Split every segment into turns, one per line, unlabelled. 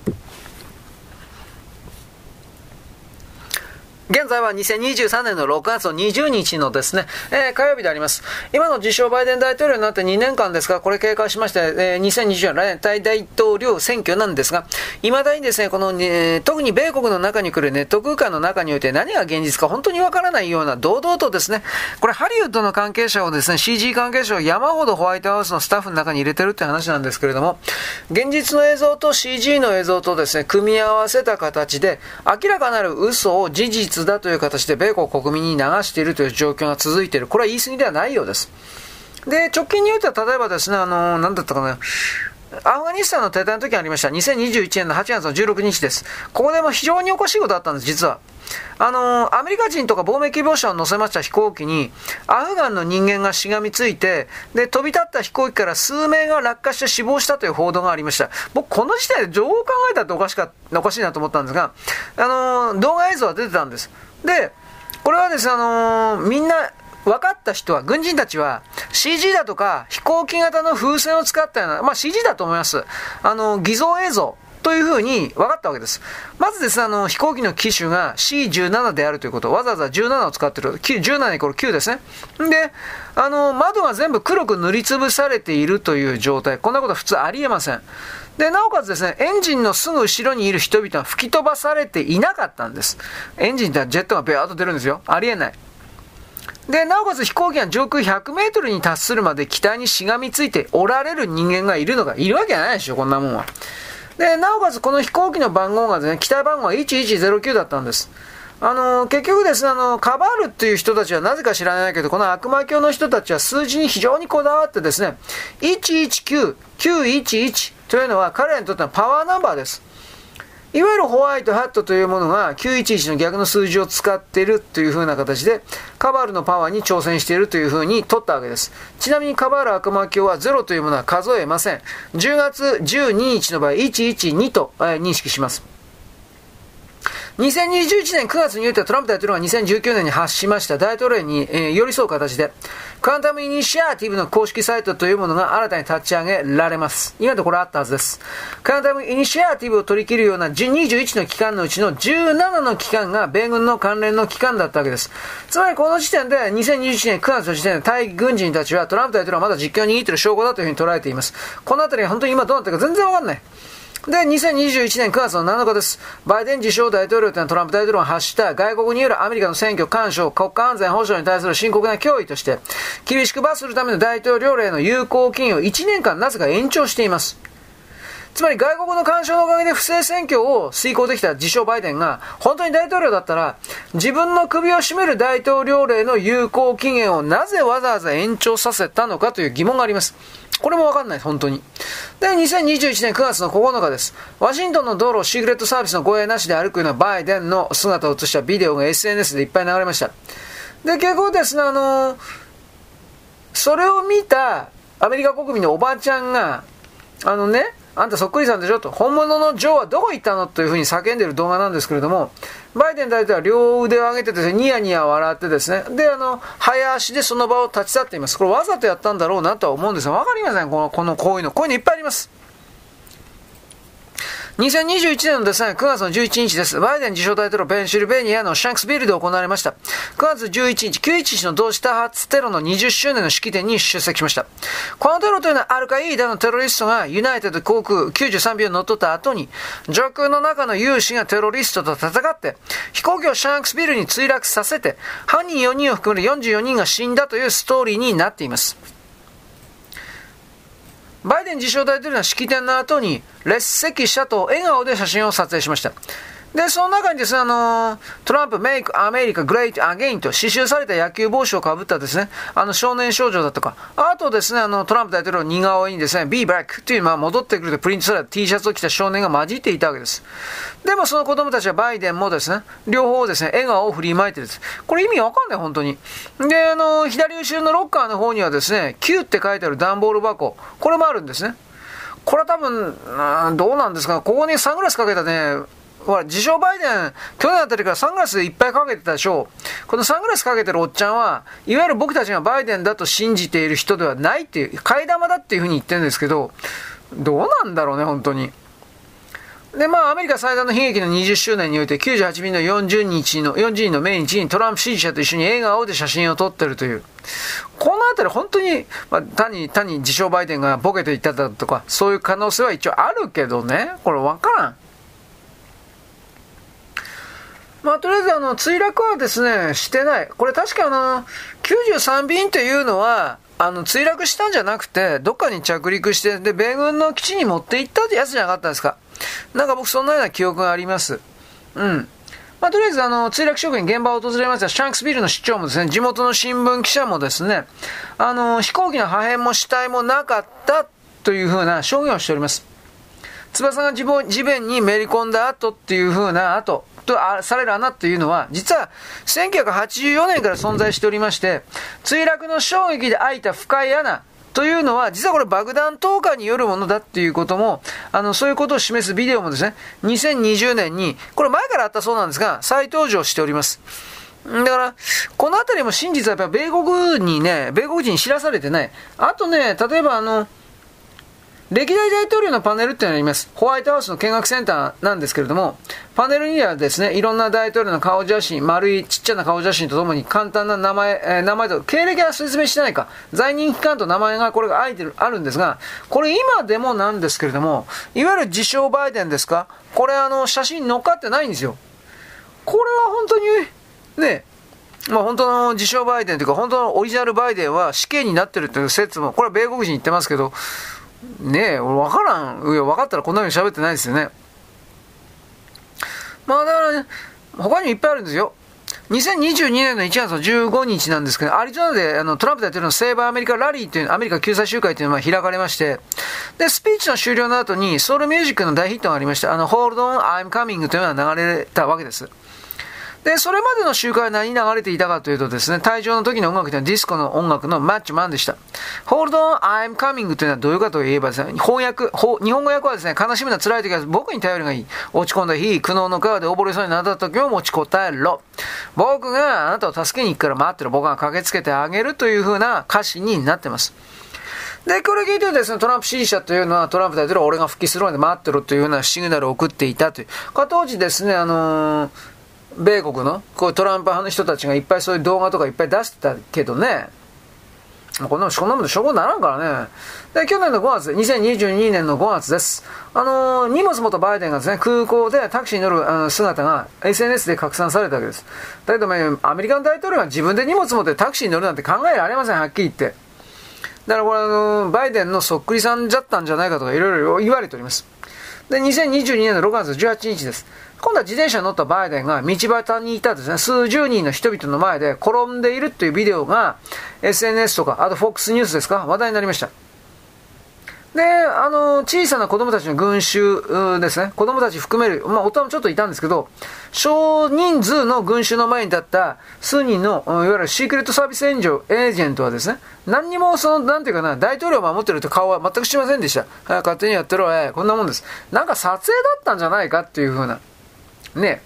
現在は2023年の6月の20日のですね、火曜日であります。今の自称バイデン大統領になって2年間ですが、これ経過しまして、2020年来年大統領選挙なんですが、未だにですね、この、特に米国の中に来るネット空間の中において何が現実か本当にわからないような、堂々とですね、これハリウッドの関係者をですね、CG 関係者を山ほどホワイトハウスのスタッフの中に入れてるって話なんですけれども、現実の映像と CG の映像とですね、組み合わせた形で、明らかなる嘘を事実だという形で米国国民に流しているという状況が続いている。これは言い過ぎではないようです。で、直近においては例えばですね、なんだったかな、アフガニスタンの撤退の時にありました。2021年の8月の16日です。ここでも非常におかしいことあったんです、実は。アメリカ人とか亡命希望者を乗せました飛行機に、アフガンの人間がしがみついて、で、飛び立った飛行機から数名が落下して死亡したという報道がありました。僕、この時点でどう考えたっておかしいなと思ったんですが、動画映像は出てたんです。で、これはですね、みんな、分かった人は、軍人たちは CG だとか飛行機型の風船を使ったような、まあ CG だと思います。偽造映像というふうに分かったわけです。まずですね、飛行機の機種が C17 であるということ、わざわざ17を使っている。17イコール9ですね。で、窓が全部黒く塗りつぶされているという状態。こんなことは普通ありえません。で、なおかつですね、エンジンのすぐ後ろにいる人々は吹き飛ばされていなかったんです。エンジンってジェットがベアーッと出るんですよ。ありえない。で、なおかつ飛行機が上空100メートルに達するまで機体にしがみついておられる人間がいるわけないでしょ、こんなもんは。で、なおかつこの飛行機の番号がですね、機体番号は1109だったんです。結局ですね、カバールっていう人たちはなぜか知らないけど、この悪魔教の人たちは数字に非常にこだわってですね、119、911というのは彼らにとってはパワーナンバーです。いわゆるホワイトハットというものが911の逆の数字を使っているという風な形でカバールのパワーに挑戦しているという風に取ったわけです。ちなみにカバール悪魔教は0というものは数えません。10月12日の場合112と認識します。2021年9月においてトランプ大統領が2019年に発しました大統領に、寄り添う形でクアンタムイニシアティブの公式サイトというものが新たに立ち上げられます。今のところあったはずです。クアンタムイニシアティブを取り切るような21の機関のうちの17の機関が米軍の関連の機関だったわけです。つまりこの時点で2021年9月の時点で対軍人たちはトランプ大統領はまだ実況を握っている証拠だというふうに捉えています。このあたりが本当に今どうなっているか全然わかんない。で、2021年9月の7日です。バイデン自称大統領というのはトランプ大統領が発した外国によるアメリカの選挙干渉、国家安全保障に対する深刻な脅威として、厳しく罰するための大統領令の有効期限を1年間なぜか延長しています。つまり外国の干渉のおかげで不正選挙を遂行できた自称バイデンが本当に大統領だったら自分の首を絞める大統領令の有効期限をなぜわざわざ延長させたのかという疑問があります。これもわかんない、本当に。で、2021年9月の9日です。ワシントンの道路をシークレットサービスの護衛なしで歩くようなバイデンの姿を映したビデオが SNS でいっぱい流れました。で、結構ですね、それを見たアメリカ国民のおばちゃんが、あんたそっくりさんでしょと、本物のジョーはどこ行ったのというふうに叫んでいる動画なんですけれども、バイデン大統領は両腕を上げてですね、ニヤニヤ笑ってですね、で、早足でその場を立ち去っています。これわざとやったんだろうなとは思うんですが、わかりません。こういうのいっぱいあります。2021年のですね、9月の11日です。バイデン自称大統領ペンシルベニアのシャンクスビルで行われました。9月11日、911の同時多発テロの20周年の式典に出席しました。このテロというのはアルカイーダのテロリストがユナイテッド航空93便を乗っ取った後に、上空の中の有志がテロリストと戦って、飛行機をシャンクスビルに墜落させて、犯人4人を含める44人が死んだというストーリーになっています。バイデン自称大統領の式典の後に列席者と笑顔で写真を撮影しました。で、その中にですね、トランプ Make America Great Again と刺繍された野球帽子をかぶったですね、少年少女だとか、あとですね、トランプ大統領の似顔絵にですね、Be Back という、戻ってくるとプリントされた T シャツを着た少年が混じっていたわけです。でもその子供たちはバイデンもですね、両方ですね、笑顔を振りまいてるんです。これ意味わかんない、本当に。で、左後ろのロッカーの方にはですね、Q って書いてある段ボール箱、これもあるんですね。これは多分、どうなんですか、ここにサングラスかけたね、ほら、自称バイデン、去年あたりからサングラスいっぱいかけてたでしょう。このサングラスかけてるおっちゃんは、いわゆる僕たちがバイデンだと信じている人ではないっていう、替え玉だっていうふうに言ってるんですけど、どうなんだろうね、本当に。 で、アメリカ最大の悲劇の20周年において、98便の40人の命日にトランプ支持者と一緒に笑顔で写真を撮ってるという。このあたり本当に、単に自称バイデンがボケていっただとか、そういう可能性は一応あるけどね、これわからん。とりあえず墜落はですね、してない。これ確か93便というのは、墜落したんじゃなくて、どっかに着陸して、で、米軍の基地に持って行ったってやつじゃなかったですか。なんか僕そんなような記憶があります。うん。とりあえず墜落直後に現場を訪れましたシャンクスビルの市長もですね、地元の新聞記者もですね、飛行機の破片も死体もなかったというふうな証言をしております。翼が地面にめり込んだ後っていうふうな後、とされる穴というのは、実は1984年から存在しておりまして、墜落の衝撃で開いた深い穴というのは、実はこれ爆弾投下によるものだっていうことも、そういうことを示すビデオもですね、2020年に、これ前からあったそうなんですが、再登場しております。だから、このあたりも真実はやっぱり米国人に知らされてない。あとね、例えば歴代大統領のパネルっていうのがあります。ホワイトハウスの見学センターなんですけれども、パネルにはですね、いろんな大統領の顔写真、丸いちっちゃな顔写真とともに簡単な名前と、経歴は説明してないか、在任期間と名前がこれがあるんですが、これ今でもなんですけれども、いわゆる自称バイデンですか、これ写真載っかってないんですよ。これは本当に、ね、本当の自称バイデンというか、本当のオリジナルバイデンは死刑になってるという説も、これは米国人言ってますけど、ねえ、俺分からん。いや、分かったらこんな風に喋ってないですよね。だからね、他にもいっぱいあるんですよ。2022年の1月の15日なんですけど、アリゾナでトランプ大統領のセーバーアメリカラリーというアメリカ救済集会というのが開かれまして、で、スピーチの終了の後にソウルミュージックの大ヒットがありました。Hold on, I'm coming というのが流れたわけです。で、それまでの集会は何流れていたかというとですね、退場の時の音楽というのはディスコの音楽のマッチマンでした。Hold on, I'm coming というのはどういうかといえばですね、日本語訳はですね、悲しみな辛い時は僕に頼りがいい。落ち込んだ日、苦悩の川で溺れそうになった時も持ちこたえろ。僕があなたを助けに行くから待ってろ。僕が駆けつけてあげるという風な歌詞になってます。で、これ聞いてですね、トランプ支持者というのはトランプ大統領は俺が復帰するまで待ってろというようなシグナルを送っていたという。当時ですね、米国のこうトランプ派の人たちがいっぱいそういう動画とかいっぱい出してたけどね、こんなもんで証拠にならんからね。で、去年の5月、2022年の5月です。荷物元バイデンがですね、空港でタクシーに乗る姿が SNS で拡散されたわけです。だけどアメリカの大統領が自分で荷物持ってタクシーに乗るなんて考えられません、はっきり言って。だからこれバイデンのそっくりさんじゃったんじゃないかとかいろいろ言われております。で、2022年の6月18日です。今度は自転車に乗ったバイデンが道端にいたですね、数十人の人々の前で転んでいるというビデオが SNS とか、あと FOX ニュースですか、話題になりました。で、小さな子供たちの群衆ですね、子供たち含める、大人もちょっといたんですけど、少人数の群衆の前に立った数人の、いわゆるシークレットサービスエージェントはですね、何にもなんていうかな、大統領を守ってると顔は全くしませんでした。はい、勝手にやってろ、こんなもんです。なんか撮影だったんじゃないかっていう風な。ね。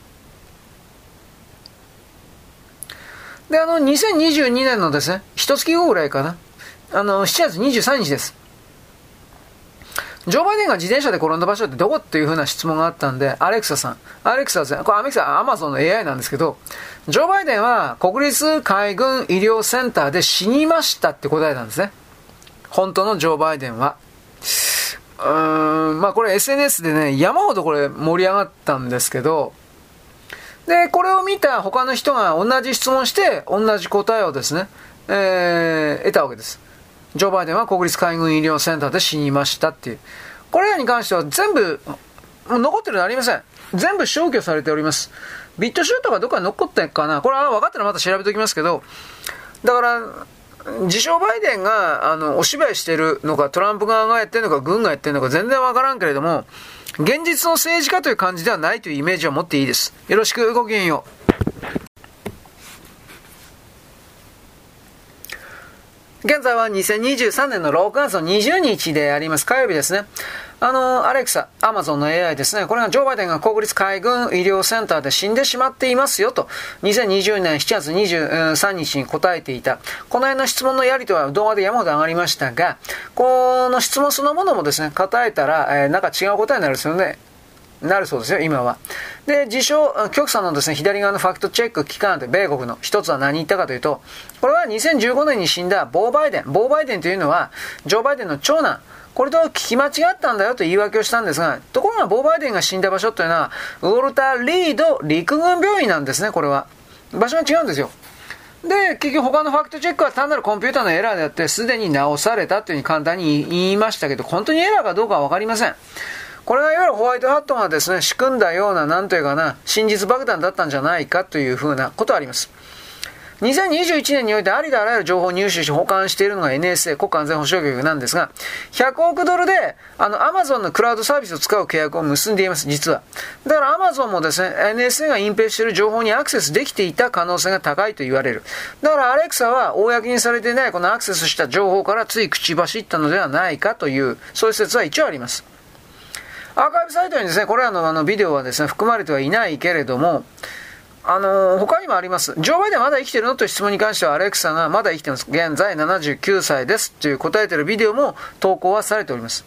で、2022年のですね、一月後ぐらいかな。7月23日です。ジョー・バイデンが自転車で転んだ場所ってどこっていう風な質問があったんで、アレクサさん。アレクサはですね、これアメリカ、アマゾンの AI なんですけど、ジョー・バイデンは国立海軍医療センターで死にましたって答えたんですね。本当のジョー・バイデンは。これ SNS でね、山ほどこれ盛り上がったんですけど、で、これを見た他の人が同じ質問して、同じ答えをですね、得たわけです。ジョー・バイデンは国立海軍医療センターで死にましたっていう。これらに関しては全部、残ってるのありません。全部消去されております。ビットシュートがどっかに残ってんかな、これは分かったらまた調べておきますけど、だから、自称バイデンがお芝居してるのかトランプ側がやってるのか軍がやってるのか全然わからんけれども、現実の政治家という感じではないというイメージを持っていいです。よろしく、ごきげんよう。現在は2023年の6月の20日であります。火曜日ですね。アレクサ、アマゾンの AI ですね。これがジョー・バイデンが国立海軍医療センターで死んでしまっていますよと、2020年7月23日に答えていた。この辺の質問のやりとは動画で山ほど上がりましたが、この質問そのものもですね、答えたら、なんか違う答えになるんですよね。 なるそうですよ、今は。で、自称、極左のですね、左側のファクトチェック機関って米国の一つは何言ったかというと、これは2015年に死んだボー・バイデン。ボー・バイデンというのは、ジョー・バイデンの長男。これと聞き間違ったんだよと言い訳をしたんですが、ところがボー・バイデンが死んだ場所というのは、ウォルター・リード陸軍病院なんですね、これは。場所が違うんですよ。で、結局他のファクトチェックは単なるコンピューターのエラーであって、すでに直されたというふうに簡単に言いましたけど、本当にエラーかどうかはわかりません。これはいわゆるホワイトハットがですね、仕組んだような、なんというかな、真実爆弾だったんじゃないかというふうなことはあります。2021年においてありとあらゆる情報を入手し保管しているのが NSA 国家安全保障局なんですが、100億ドルでAmazon のクラウドサービスを使う契約を結んでいます、実は。だから Amazon もですね、NSA が隠蔽している情報にアクセスできていた可能性が高いと言われる。だから Alexa は公にされていないこのアクセスした情報からつい口走ったのではないかという、そういう説は一応あります。アーカイブサイトにですね、これらのビデオはですね、含まれてはいないけれども、他にもあります。ジョー・バイデンまだ生きてるのという質問に関しては、アレクサがまだ生きています。現在79歳ですという答えているビデオも投稿はされております。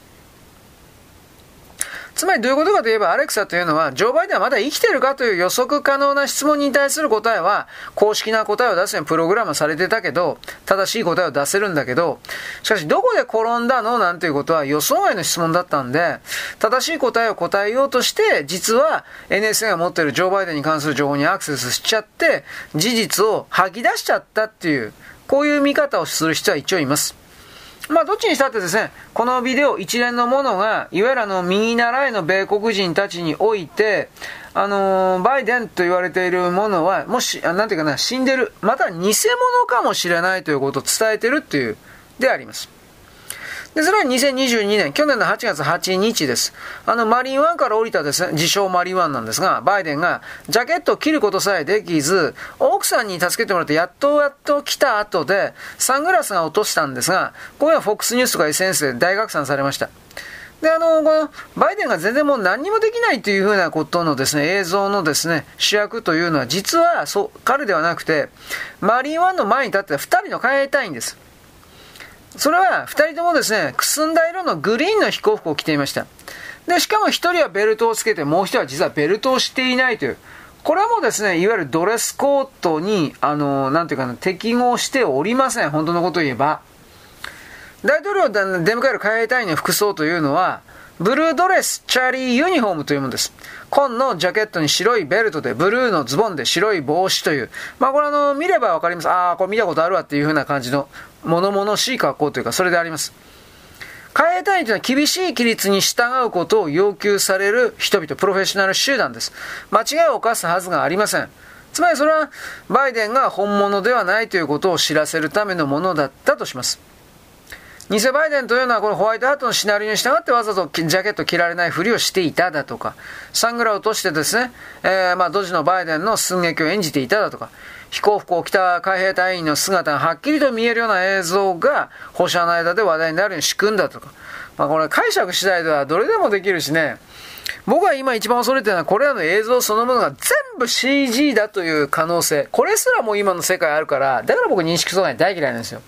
つまりどういうことかといえば、アレクサというのは、ジョー・バイデンはまだ生きているかという予測可能な質問に対する答えは、公式な答えを出すようにプログラムされてたけど、正しい答えを出せるんだけど、しかしどこで転んだのなんていうことは予想外の質問だったんで、正しい答えを答えようとして、実は NSA が持っているジョー・バイデンに関する情報にアクセスしちゃって、事実を吐き出しちゃったっていう、こういう見方をする人は一応います。まあどっちにしたってですね、このビデオ一連のものが、いわゆる右習いの米国人たちにおいて、バイデンと言われているものは、もし、なんていうかな、死んでる、また偽物かもしれないということを伝えてるっていう、であります。で、それは2022年、去年の8月8日です。マリーンワンから降りたですね、自称マリーンワンなんですが、バイデンがジャケットを切ることさえできず、奥さんに助けてもらってやっと来た後で、サングラスが落としたんですが、これは FOX ニュースとか SNS で大拡散されました。で、このバイデンが全然もう何にもできないというふうなことのですね、映像のですね、主役というのは、実は彼ではなくて、マリーンワンの前に立ってた2人の海兵隊員です。それは2人ともですね、くすんだ色のグリーンの飛行服を着ていました。で、しかも1人はベルトをつけて、もう1人は実はベルトをしていないという。これはもうですね、いわゆるドレスコートに、なんていうかな、適合しておりません。本当のことを言えば。大統領を出迎える海兵隊員の服装というのは、ブルードレス、チャーリーユニフォームというものです。紺のジャケットに白いベルトで、ブルーのズボンで白い帽子という。まあこれ見ればわかります。これ見たことあるわっていう風な感じの、物々しい格好というか、それであります。海兵隊員というのは厳しい規律に従うことを要求される人々、プロフェッショナル集団です。間違いを犯すはずがありません。つまりそれは、バイデンが本物ではないということを知らせるためのものだったとします。偽バイデンというのはこのホワイトハットのシナリオに従ってわざとジャケット着られないふりをしていただとか、サングラを落としてですね、ドジのバイデンの寸劇を演じていただとか、飛行服を着た海兵隊員の姿がはっきりと見えるような映像が保守派の間で話題になるように仕組んだとか、これ解釈次第ではどれでもできるしね、僕は今一番恐れているのはこれらの映像そのものが全部 CG だという可能性、これすらも今の世界あるから、だから僕認識阻害大嫌いなんですよ。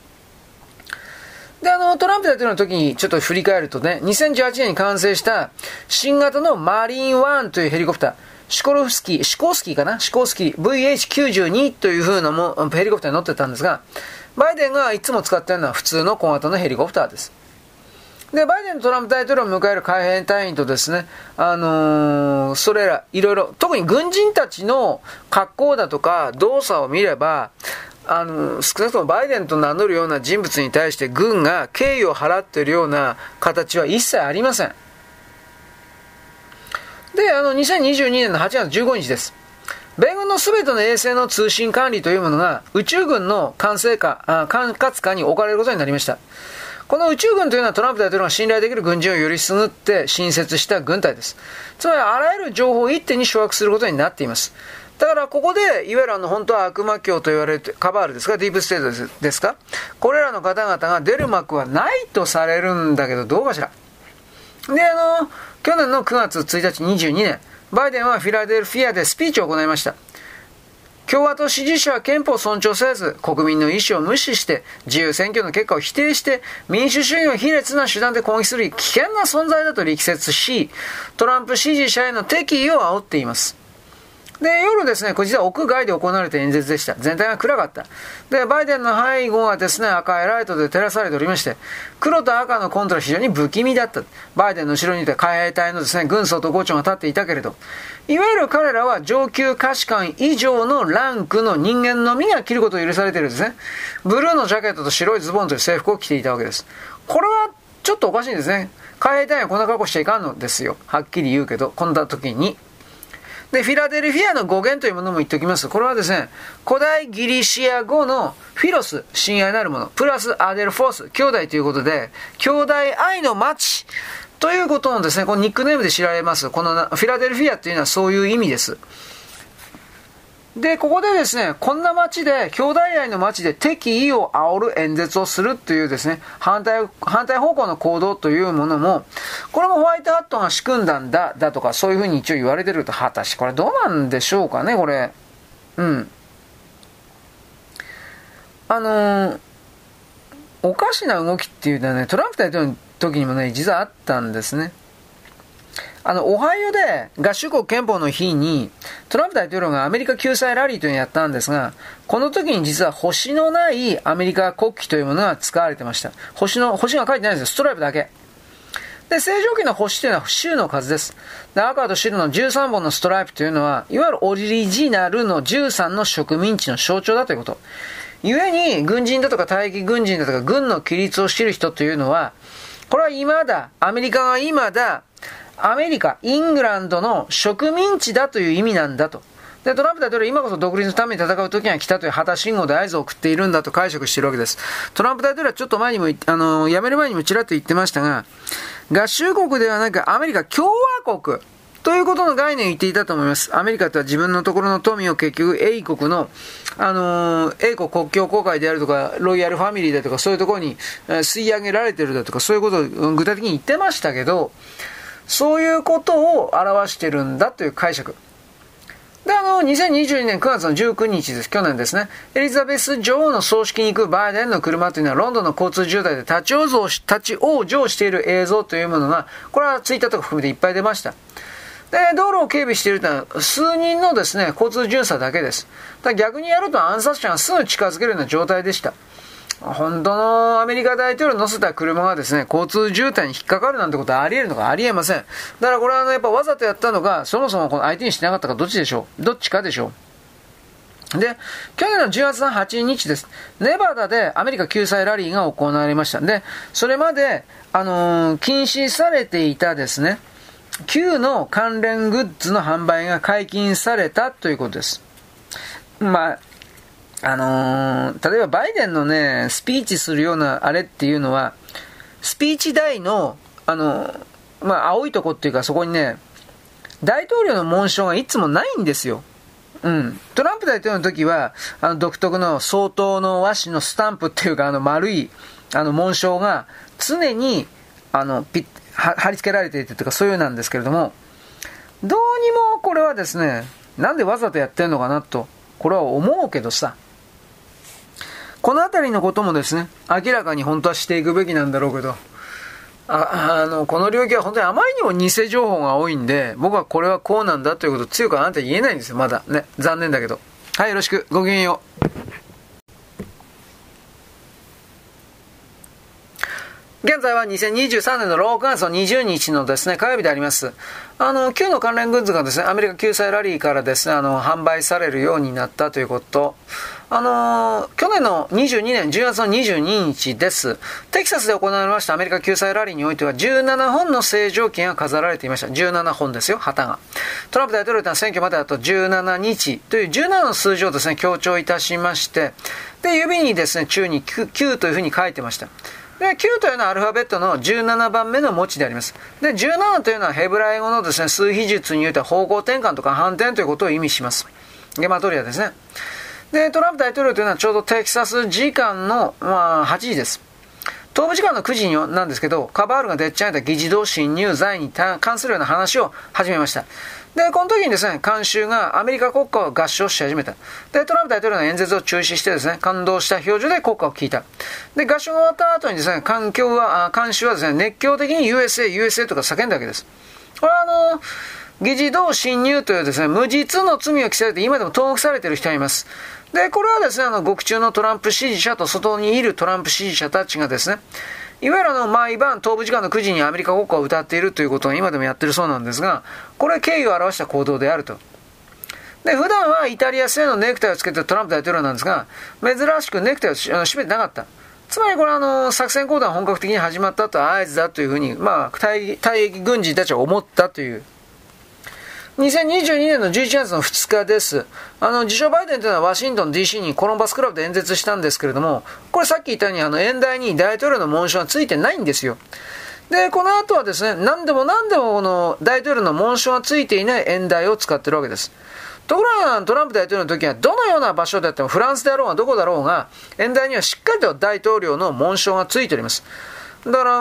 で、トランプ大統領の時にちょっと振り返るとね、2018年に完成した新型のマリーン1というヘリコプター、シコースキー VH92 という風なヘリコプターに乗ってたんですが、バイデンがいつも使っているのは普通の小型のヘリコプターです。で、バイデンとトランプ大統領を迎える海兵隊員とですね、それら、いろいろ、特に軍人たちの格好だとか動作を見れば、少なくともバイデンと名乗るような人物に対して軍が敬意を払っているような形は一切ありません。で、2022年の8月15日です。米軍のすべての衛星の通信管理というものが宇宙軍の管轄下に置かれることになりました。この宇宙軍というのはトランプ大統領が信頼できる軍人をよりすぐって新設した軍隊です。つまりあらゆる情報を一手に掌握することになっています。だからここで、いわゆる本当は悪魔教と言われる、カバールですか、ディープステートですか、これらの方々が出る幕はないとされるんだけど、どうかしら。で、去年の9月1日22年、バイデンはフィラデルフィアでスピーチを行いました。 共和党支持者は憲法を尊重せず、国民の意思を無視して、自由選挙の結果を否定して、民主主義を卑劣な手段で攻撃する危険な存在だと力説し、トランプ支持者への敵意を煽っています。で、夜ですね、これ実は屋外で行われた演説でした。全体が暗かった。で、バイデンの背後はですね、赤いライトで照らされておりまして、黒と赤のコントラ非常に不気味だった。バイデンの後ろにいた海兵隊のですね、軍曹と伍長が立っていたけれど、いわゆる彼らは上級下士官以上のランクの人間のみが着ることを許されているんですね。ブルーのジャケットと白いズボンという制服を着ていたわけです。これはちょっとおかしいんですね。海兵隊はこんな格好しちゃいかんのですよ。はっきり言うけど、こんな時に。で、フィラデルフィアの語源というものも言っておきます。これはですね、古代ギリシア語のフィロス、親愛なるもの、プラスアデルフォース、兄弟ということで、兄弟愛の町ということのですね、このニックネームで知られます。このフィラデルフィアというのはそういう意味です。で、ここでですね、こんな街で、兄弟愛の街で敵意を煽る演説をするというですね、反対方向の行動というものも、これもホワイトハットが仕組んだんだとか、そういうふうに一応言われてると、果たしてこれどうなんでしょうかね、これ。おかしな動きっていうのはね、トランプ大統領の時にもね、実はあったんですね。オハイオで合衆国憲法の日にトランプ大統領がアメリカ救済ラリーというのをやったんですが、この時に実は星のないアメリカ国旗というものが使われてました。星が書いてないんですよ。ストライプだけ。で、正常期の星というのは州の数です。で、赤と白の13本のストライプというのは、いわゆるオリジナルの13の植民地の象徴だということ。故に、軍人だとか退役軍人だとか軍の規律を知る人というのは、これはアメリカがイングランドの植民地だという意味なんだと。で、トランプ大統領は今こそ独立のために戦う時が来たという旗信号で合図を送っているんだと解釈しているわけです。トランプ大統領はちょっと前にも、辞める前にもちらっと言ってましたが、合衆国ではなくアメリカ共和国ということの概念を言っていたと思います。アメリカとは自分のところの富を結局英国の、英国国境公会であるとか、ロイヤルファミリーだとか、そういうところに吸い上げられているだとか、そういうことを具体的に言ってましたけど、そういうことを表してるんだという解釈。で、2022年9月の19日です。去年ですね。エリザベス女王の葬式に行くバイデンの車というのはロンドンの交通渋滞で立ち往生している映像というものが、これはツイッターとか含めていっぱい出ました。で、道路を警備しているというのは数人のですね、交通巡査だけです。だ逆にやると暗殺者がすぐ近づけるような状態でした。本当のアメリカ大統領を乗せた車がですね、交通渋滞に引っかかるなんてことはあり得るのかあり得ません。だからこれはやっぱわざとやったのか、そもそもこの相手にしてなかったかどっちかでしょう。で、去年の10月の8日です。ネバダでアメリカ救済ラリーが行われました。で、それまで、禁止されていたですね、Q の関連グッズの販売が解禁されたということです。例えばバイデンのね、スピーチするようなあれっていうのは、スピーチ台の、青いとこっていうかそこにね、大統領の紋章がいつもないんですよ。トランプ大統領の時は、独特の総統の和紙のスタンプっていうか、丸い、紋章が常に、貼り付けられていてとかそういうなんですけれども、どうにもこれはですね、なんでわざとやってんのかなと、これは思うけどさ、このあたりのこともですね、明らかに本当はしていくべきなんだろうけど、この領域は本当にあまりにも偽情報が多いんで、僕はこれはこうなんだということを強くあなたに言えないんですよ、まだね。残念だけど。はい、よろしく。ごきげんよう。現在は2023年の6月の20日のですね、火曜日であります。Q の関連グッズがですね、アメリカ救済ラリーからですね、販売されるようになったということ。去年の22年10月の22日です。テキサスで行われましたアメリカ救済ラリーにおいては17本の星条旗が飾られていました。17本ですよ、旗が。トランプ大統領というのは選挙まであと17日という17の数字をですね、強調いたしまして、で、指にですね、中に Q というふうに書いてました。で、Q というのはアルファベットの17番目の文字であります。で、17というのはヘブライ語のですね、数比術においては方向転換とか反転ということを意味します。ゲマトリアですね。で、トランプ大統領というのはちょうどテキサス時間の、8時です。 東部時間の9時なんですけど、カバールがでっち上げた議事堂侵入罪に関するような話を始めました。で、この時にですね、観衆がアメリカ国歌を合唱し始めた。で、トランプ大統領の演説を中止してですね、感動した表情で国歌を聴いた。で、合唱が終わった後にですね、観衆はですね、熱狂的に USA とか叫んだわけです。これは議事堂侵入というですね、無実の罪を着せられて今でも投獄されている人がいます。で、これはですね、獄中のトランプ支持者と外にいるトランプ支持者たちがですね、いわゆる毎晩東部時間の9時にアメリカ国歌を歌っているということが今でもやってるそうなんですが、これ敬意を表した行動であると。で、普段はイタリア製のネクタイをつけているトランプ大統領なんですが、珍しくネクタイを締めてなかった。つまりこれは作戦行動が本格的に始まったと合図だというふうに、退役軍人たちは思ったという。2022年の11月の2日です。自称バイデンというのはワシントン DC にコロンバスクラブで演説したんですけれども、これさっき言ったように演台に大統領の紋章がついてないんですよ。で、この後はですね、何でもこの大統領の紋章がついていない演台を使っているわけです。ところがトランプ大統領の時はどのような場所であってもフランスであろうがどこだろうが、演台にはしっかりと大統領の紋章がついております。だから、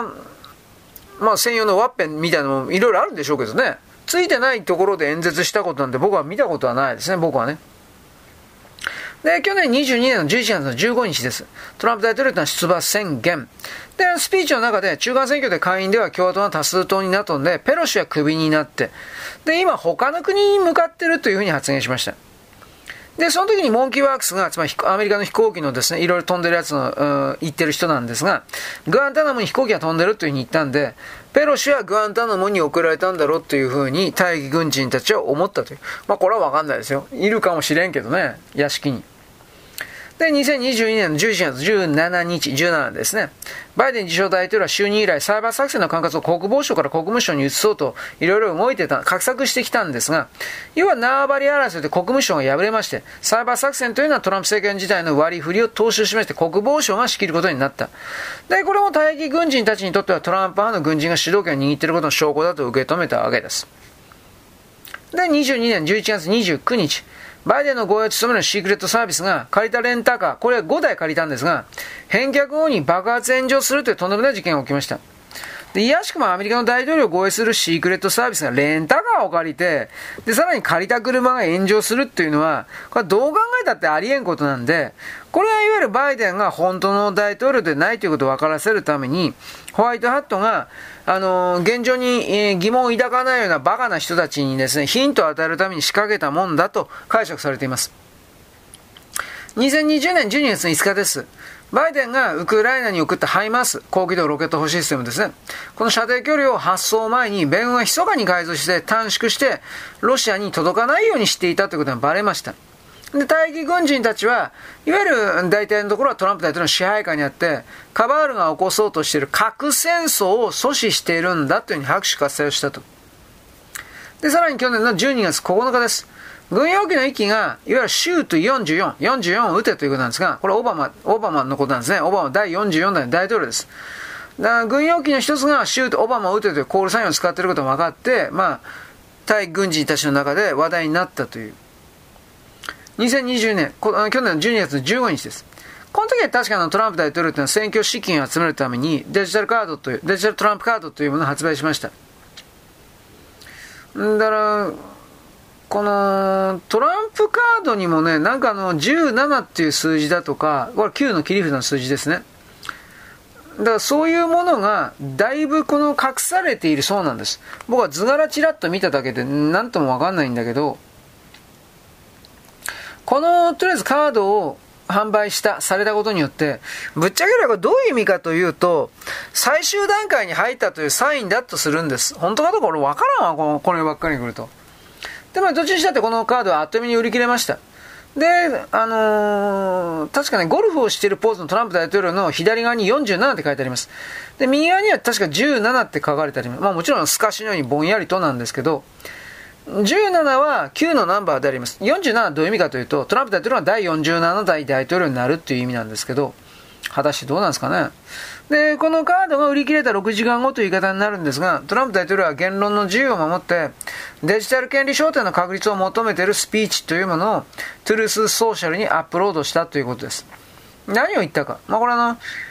専用のワッペンみたいなのもいろいろあるんでしょうけどね。ついてないところで演説したことなんて僕は見たことはないですね、僕はね。で、去年22年の11月の15日です。トランプ大統領というのは出馬宣言。で、スピーチの中で中間選挙で下院では共和党が多数党になったので、ペロシはクビになって、で、今他の国に向かっているというふうに発言しました。で、その時にモンキーワークスが、つまりアメリカの飛行機のですね、いろいろ飛んでるやつの、言ってる人なんですが、グアンタナモに飛行機が飛んでるというふうに言ったんで、ペロシはグアンタナモに送られたんだろうというふうに大義軍人たちは思ったという。これはわかんないですよ。いるかもしれんけどね、屋敷に。で、2022年の11月17日、17ですね。バイデン自称大統領は就任以来、サイバー作戦の管轄を国防省から国務省に移そうと、いろいろ動いてた、画策してきたんですが、要は縄張り争いで国務省が敗れまして、サイバー作戦というのはトランプ政権時代の割り振りを踏襲しまして、国防省が仕切ることになった。で、これも退役軍人たちにとってはトランプ派の軍人が主導権を握っていることの証拠だと受け止めたわけです。で、22年11月29日、バイデンの護衛を務めるシークレットサービスが借りたレンタカー、これは5台借りたんですが、返却後に爆発炎上するというとんでもない事件が起きました。で、いやしくもアメリカの大統領を護衛するシークレットサービスがレンタカーを借りて、で、さらに借りた車が炎上するっていうのは、これはどう考えたってありえんことなんで、これはいわゆるバイデンが本当の大統領でないということを分からせるために、ホワイトハットが、現状に疑問を抱かないようなバカな人たちにですね、ヒントを与えるために仕掛けたもんだと解釈されています。2020年12月5日です。バイデンがウクライナに送ったハイマース、高機動ロケット砲システムですね。この射程距離を発送前に米軍は密かに改造して短縮して、ロシアに届かないようにしていたということがバレました。で、退役軍人たちは、いわゆる大体のところはトランプ大統領の支配下にあって、カバールが起こそうとしている核戦争を阻止しているんだというふうに拍手喝采をしたと。で、さらに去年の12月9日です。軍用機の1機が、いわゆるシュート44を撃てということなんですが、これオバマのことなんですね。オバマ第44代の大統領です。だから軍用機の一つがシュートオバマを撃てというコールサインを使っていることが分かって、対軍人たちの中で話題になったという。2020年、去年の12月15日です。この時は確かトランプ大統領というのは選挙資金を集めるためにデジタルトランプカードというものを発売しました。だから、このトランプカードにもね、なんか17っていう数字だとか、これ9の切り札の数字ですね。だからそういうものがだいぶ隠されているそうなんです。僕は図柄チラッと見ただけで何ともわかんないんだけど、このとりあえずカードを販売されたことによって、ぶっちゃければどういう意味かというと、最終段階に入ったというサインだとするんです。本当かどうか俺分からんわ、こればっかり来ると。でもどっちにしたってこのカードはあっという間に売り切れました。で、確かね、ゴルフをしているポーズのトランプ大統領の左側に47って書いてあります。で、右側には確か17って書かれてあります。もちろん透かしのようにぼんやりとなんですけど、17は9のナンバーであります。47はどういう意味かというと、トランプ大統領は第47代大統領になるという意味なんですけど、果たしてどうなんですかね。で、このカードが売り切れた6時間後という言い方になるんですが、トランプ大統領は言論の自由を守って、デジタル権利商店の確立を求めているスピーチというものを、トゥルースソーシャルにアップロードしたということです。何を言ったか。これ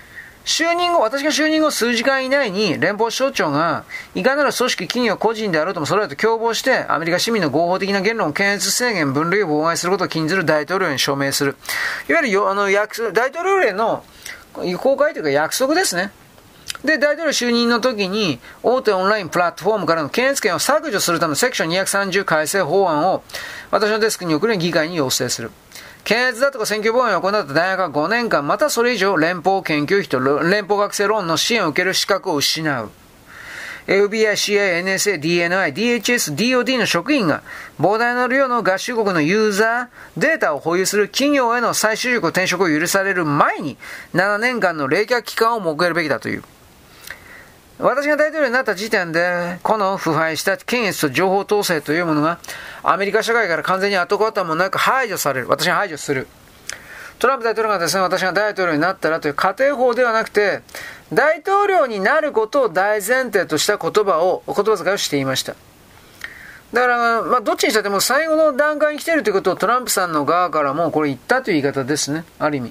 私が就任後数時間以内に連邦省庁が、いかなる組織、企業、個人であろうともそれらと共謀して、アメリカ市民の合法的な言論、検閲制限、分類を妨害することを禁ずる大統領に署名する。いわゆる大統領令の公開というか約束ですね。で、大統領就任の時に、大手オンラインプラットフォームからの検閲権を削除するためのセクション230改正法案を、私のデスクに送り議会に要請する。検閲だとか選挙妨害を行った大学が5年間、またそれ以上連邦研究費と連邦学生ローンの支援を受ける資格を失う。FBI、CIA、NSA、DNI、DHS、DOD の職員が膨大な量の合衆国のユーザー、データを保有する企業への再就職、転職を許される前に7年間の冷却期間を設けるべきだという。私が大統領になった時点で、この腐敗した検閲と情報統制というものが、アメリカ社会から完全に跡形もなく排除される。私が排除する。トランプ大統領がですね、私が大統領になったらという仮定法ではなくて、大統領になることを大前提とした言葉遣いをしていました。だから、どっちにしたっても最後の段階に来ているということをトランプさんの側からもこれ言ったという言い方ですね。ある意味。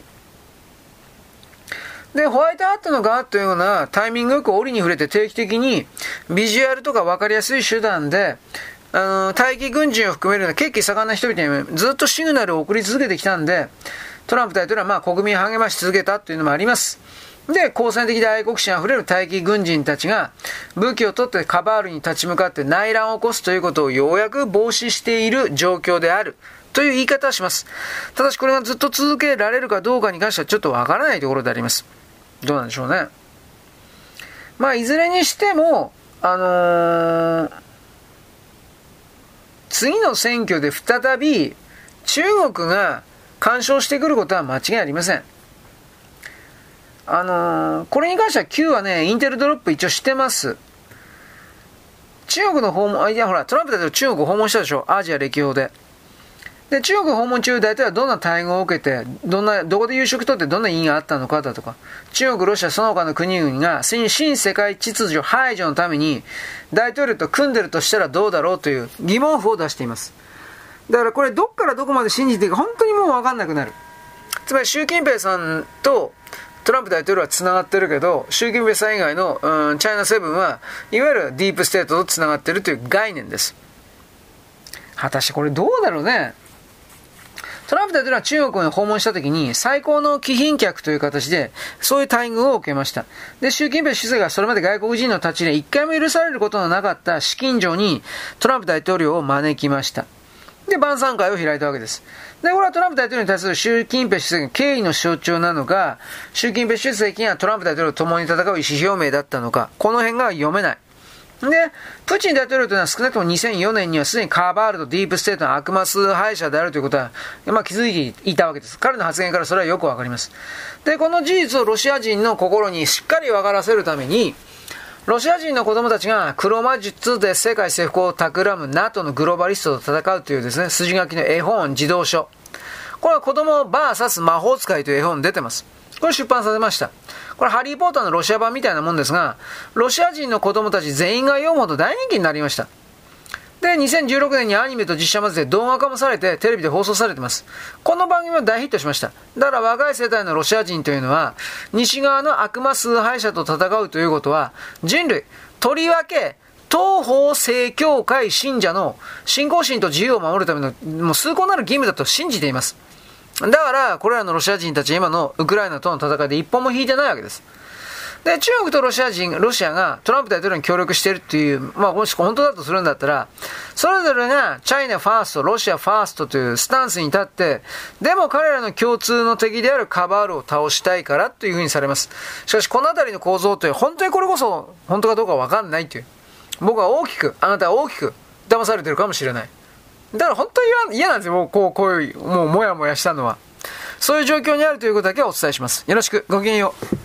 で、ホワイトハットの側というようなタイミングよく折に触れて定期的にビジュアルとか分かりやすい手段で、待機軍人を含めるような血気盛んな人々にずっとシグナルを送り続けてきたんで、トランプ大統領は国民を励まし続けたというのもあります。で、好戦的で愛国心あふれる待機軍人たちが武器を取ってカバールに立ち向かって内乱を起こすということをようやく防止している状況であるという言い方をします。ただしこれがずっと続けられるかどうかに関してはちょっとわからないところであります。どうなんでしょうね。いずれにしても、次の選挙で再び中国が干渉してくることは間違いありません。これに関しては Q はね、インテルドロップ一応してます。中国の訪問、トランプ大統領中国訪問したでしょ、アジア歴訪で。で、中国訪問中、大統領はどんな待遇を受けて、どこで夕食とってどんな意義があったのかだとか、中国、ロシア、その他の国々が新世界秩序排除のために、大統領と組んでるとしたらどうだろうという疑問符を出しています。だからこれ、どっからどこまで信じていいか、本当にもう分かんなくなる。つまり、習近平さんとトランプ大統領は繋がってるけど、習近平さん以外の、チャイナセブンは、いわゆるディープステートと繋がってるという概念です。果たしてこれどうだろうね。トランプ大統領は中国に訪問したときに最高の貴賓客という形でそういう待遇を受けました。で、習近平主席がそれまで外国人の立ち入り一回も許されることのなかった紫禁城にトランプ大統領を招きました。で、晩餐会を開いたわけです。で、これはトランプ大統領に対する習近平主席の敬意の象徴なのか、習近平主席がトランプ大統領と共に戦う意思表明だったのか、この辺が読めない。で、プーチン大統領というのは少なくとも2004年にはすでにカーバールとディープステートの悪魔崇拝者であるということは、気づいていたわけです。彼の発言からそれはよくわかります。で、この事実をロシア人の心にしっかり分からせるために、ロシア人の子供たちが黒魔術で世界征服を企む NATO のグローバリストと戦うというですね、筋書きの絵本、児童書。これは子供 VS 魔法使いという絵本出てます。これ出版されました。これハリーポッターのロシア版みたいなもんですが、ロシア人の子供たち全員が読むほど大人気になりました。で、2016年にアニメと実写混ぜて動画化もされてテレビで放送されています。この番組は大ヒットしました。だから若い世代のロシア人というのは、西側の悪魔崇拝者と戦うということは、人類、とりわけ、東方正教会信者の信仰心と自由を守るためのもう崇高なる義務だと信じています。だから、これらのロシア人たちは今のウクライナとの戦いで一本も引いてないわけです。で、中国とロシアがトランプ大統領に協力しているっていう、もし本当だとするんだったら、それぞれがチャイナファースト、ロシアファーストというスタンスに立って、でも彼らの共通の敵であるカバールを倒したいからというふうにされます。しかし、このあたりの構造という、本当にこれこそ本当かどうかわかんないという。僕はあなたは大きく騙されているかもしれない。だから本当に嫌なんですよ。もうこういう、もうもやもやしたのは。そういう状況にあるということだけはお伝えします。よろしく。ごきげんよう。